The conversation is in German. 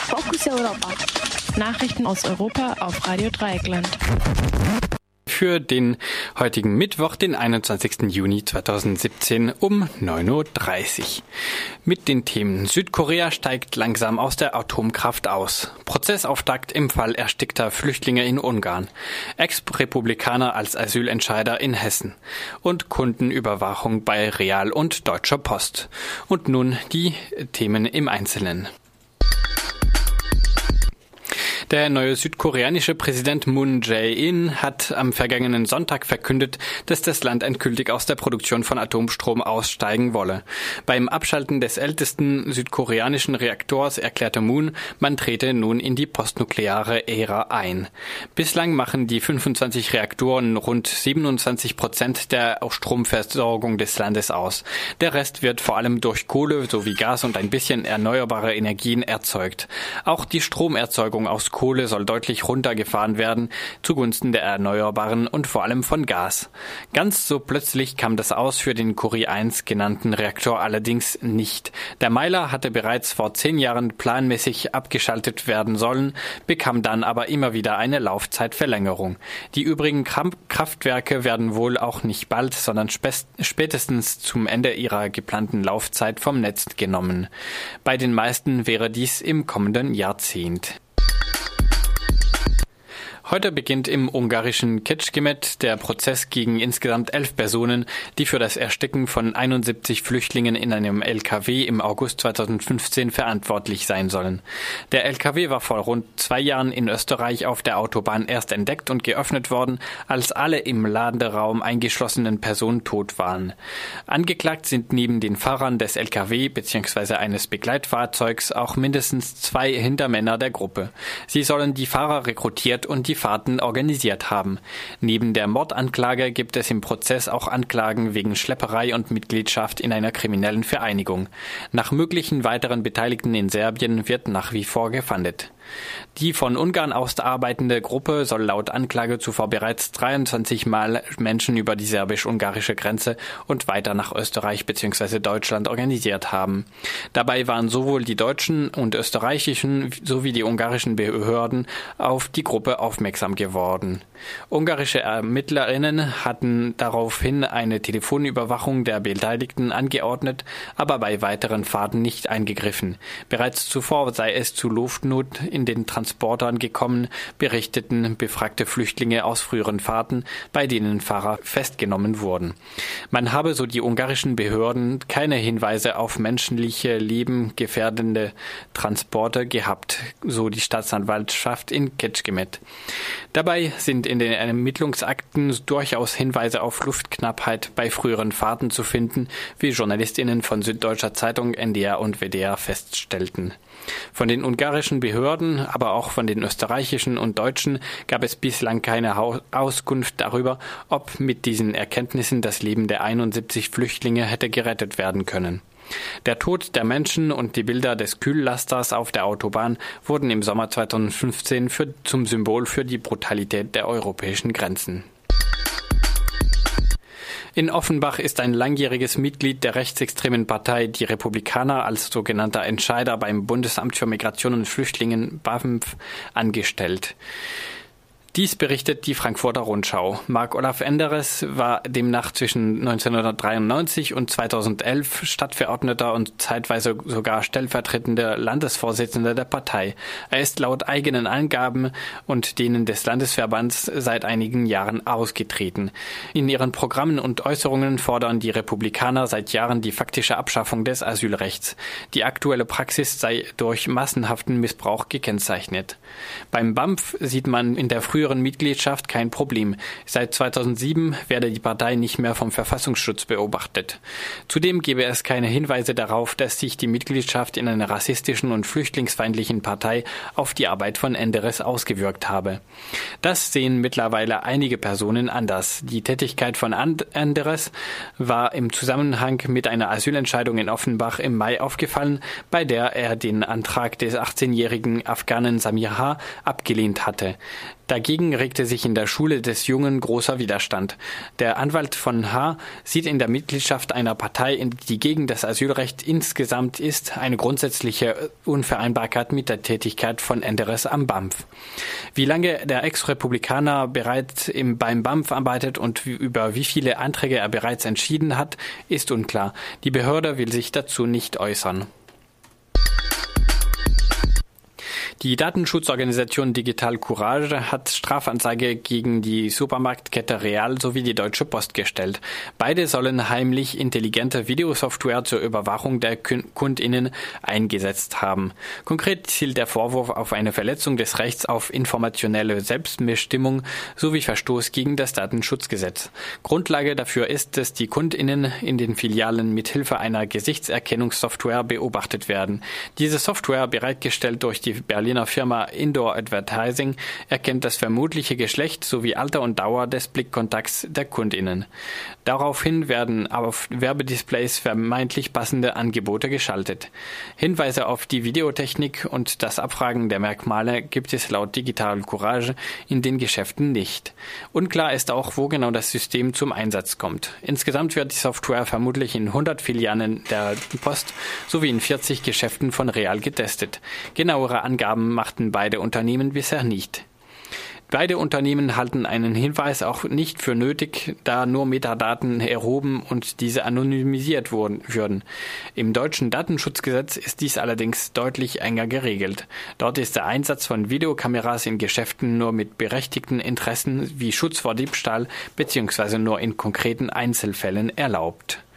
Fokus Europa. Nachrichten aus Europa auf Radio Dreieckland. Für den heutigen Mittwoch, den 21. Juni 2017 um 9.30 Uhr. Mit den Themen: Südkorea steigt langsam aus der Atomkraft aus. Prozessauftakt im Fall erstickter Flüchtlinge in Ungarn. Ex-Republikaner als Asylentscheider in Hessen. Und Kundenüberwachung bei Real und Deutscher Post. Und nun die Themen im Einzelnen. Der neue südkoreanische Präsident Moon Jae-in hat am vergangenen Sonntag verkündet, dass das Land endgültig aus der Produktion von Atomstrom aussteigen wolle. Beim Abschalten des ältesten südkoreanischen Reaktors erklärte Moon, man trete nun in die postnukleare Ära ein. Bislang machen die 25 Reaktoren rund 27% der Stromversorgung des Landes aus. Der Rest wird vor allem durch Kohle sowie Gas und ein bisschen erneuerbare Energien erzeugt. Auch die Stromerzeugung aus Kohle soll deutlich runtergefahren werden, zugunsten der Erneuerbaren und vor allem von Gas. Ganz so plötzlich kam das Aus für den Kori 1 genannten Reaktor allerdings nicht. Der Meiler hatte bereits vor 10 Jahren planmäßig abgeschaltet werden sollen, bekam dann aber immer wieder eine Laufzeitverlängerung. Die übrigen Kraftwerke werden wohl auch nicht bald, sondern spätestens zum Ende ihrer geplanten Laufzeit vom Netz genommen. Bei den meisten wäre dies im kommenden Jahrzehnt. Heute beginnt im ungarischen Kecskemét der Prozess gegen insgesamt 11 Personen, die für das Ersticken von 71 Flüchtlingen in einem LKW im August 2015 verantwortlich sein sollen. Der LKW war vor rund 2 Jahren in Österreich auf der Autobahn erst entdeckt und geöffnet worden, als alle im Laderaum eingeschlossenen Personen tot waren. Angeklagt sind neben den Fahrern des LKW bzw. eines Begleitfahrzeugs auch mindestens 2 Hintermänner der Gruppe. Sie sollen die Fahrer rekrutiert und die Fahrten organisiert haben. Neben der Mordanklage gibt es im Prozess auch Anklagen wegen Schlepperei und Mitgliedschaft in einer kriminellen Vereinigung. Nach möglichen weiteren Beteiligten in Serbien wird nach wie vor gefahndet. Die von Ungarn aus arbeitende Gruppe soll laut Anklage zuvor bereits 23 Mal Menschen über die serbisch-ungarische Grenze und weiter nach Österreich bzw. Deutschland organisiert haben. Dabei waren sowohl die deutschen und österreichischen sowie die ungarischen Behörden auf die Gruppe aufmerksam geworden. Ungarische ErmittlerInnen hatten daraufhin eine Telefonüberwachung der Beteiligten angeordnet, aber bei weiteren Fahrten nicht eingegriffen. Bereits zuvor sei es zu Luftnot in den Transportern gekommen, berichteten befragte Flüchtlinge aus früheren Fahrten, bei denen Fahrer festgenommen wurden. Man habe, so die ungarischen Behörden, keine Hinweise auf menschliche Leben gefährdende Transporte gehabt, so die Staatsanwaltschaft in Kecskemét. Dabei sind in den Ermittlungsakten durchaus Hinweise auf Luftknappheit bei früheren Fahrten zu finden, wie JournalistInnen von Süddeutscher Zeitung, NDR und WDR feststellten. Von den ungarischen Behörden, aber auch von den österreichischen und deutschen gab es bislang keine Auskunft darüber, ob mit diesen Erkenntnissen das Leben der 71 Flüchtlinge hätte gerettet werden können. Der Tod der Menschen und die Bilder des Kühllasters auf der Autobahn wurden im Sommer 2015 zum Symbol für die Brutalität der europäischen Grenzen. In Offenbach ist ein langjähriges Mitglied der rechtsextremen Partei Die Republikaner als sogenannter Entscheider beim Bundesamt für Migration und Flüchtlingen BAMF angestellt. Dies berichtet die Frankfurter Rundschau. Marc-Olaf Enderes war demnach zwischen 1993 und 2011 Stadtverordneter und zeitweise sogar stellvertretender Landesvorsitzender der Partei. Er ist laut eigenen Angaben und denen des Landesverbands seit einigen Jahren ausgetreten. In ihren Programmen und Äußerungen fordern die Republikaner seit Jahren die faktische Abschaffung des Asylrechts. Die aktuelle Praxis sei durch massenhaften Missbrauch gekennzeichnet. Beim BAMF sieht man in der früheren Mitgliedschaft kein Problem. Seit 2007 werde die Partei nicht mehr vom Verfassungsschutz beobachtet. Zudem gebe es keine Hinweise darauf, dass sich die Mitgliedschaft in einer rassistischen und flüchtlingsfeindlichen Partei auf die Arbeit von Enderes ausgewirkt habe. Das sehen mittlerweile einige Personen anders. Die Tätigkeit von Enderes war im Zusammenhang mit einer Asylentscheidung in Offenbach im Mai aufgefallen, bei der er den Antrag des 18-jährigen Afghanen Samir H. abgelehnt hatte. Dagegen Dagegen regte sich in der Schule des Jungen großer Widerstand. Der Anwalt von H. sieht in der Mitgliedschaft einer Partei, die gegen das Asylrecht insgesamt ist, eine grundsätzliche Unvereinbarkeit mit der Tätigkeit von Enderes am BAMF. Wie lange der Ex-Republikaner bereits beim BAMF arbeitet und über wie viele Anträge er bereits entschieden hat, ist unklar. Die Behörde will sich dazu nicht äußern. Die Datenschutzorganisation Digital Courage hat Strafanzeige gegen die Supermarktkette Real sowie die Deutsche Post gestellt. Beide sollen heimlich intelligente Videosoftware zur Überwachung der KundInnen eingesetzt haben. Konkret zielt der Vorwurf auf eine Verletzung des Rechts auf informationelle Selbstbestimmung sowie Verstoß gegen das Datenschutzgesetz. Grundlage dafür ist, dass die KundInnen in den Filialen mithilfe einer Gesichtserkennungssoftware beobachtet werden. Diese Software, bereitgestellt durch die Berliner Firma Indoor Advertising, erkennt das vermutliche Geschlecht sowie Alter und Dauer des Blickkontakts der KundInnen. Daraufhin werden auf Werbedisplays vermeintlich passende Angebote geschaltet. Hinweise auf die Videotechnik und das Abfragen der Merkmale gibt es laut Digital Courage in den Geschäften nicht. Unklar ist auch, wo genau das System zum Einsatz kommt. Insgesamt wird die Software vermutlich in 100 Filialen der Post sowie in 40 Geschäften von Real getestet. Genauere Angaben machten beide Unternehmen bisher nicht. Beide Unternehmen halten einen Hinweis auch nicht für nötig, da nur Metadaten erhoben und diese anonymisiert würden. Im deutschen Datenschutzgesetz ist dies allerdings deutlich enger geregelt. Dort ist der Einsatz von Videokameras in Geschäften nur mit berechtigten Interessen wie Schutz vor Diebstahl bzw. nur in konkreten Einzelfällen erlaubt.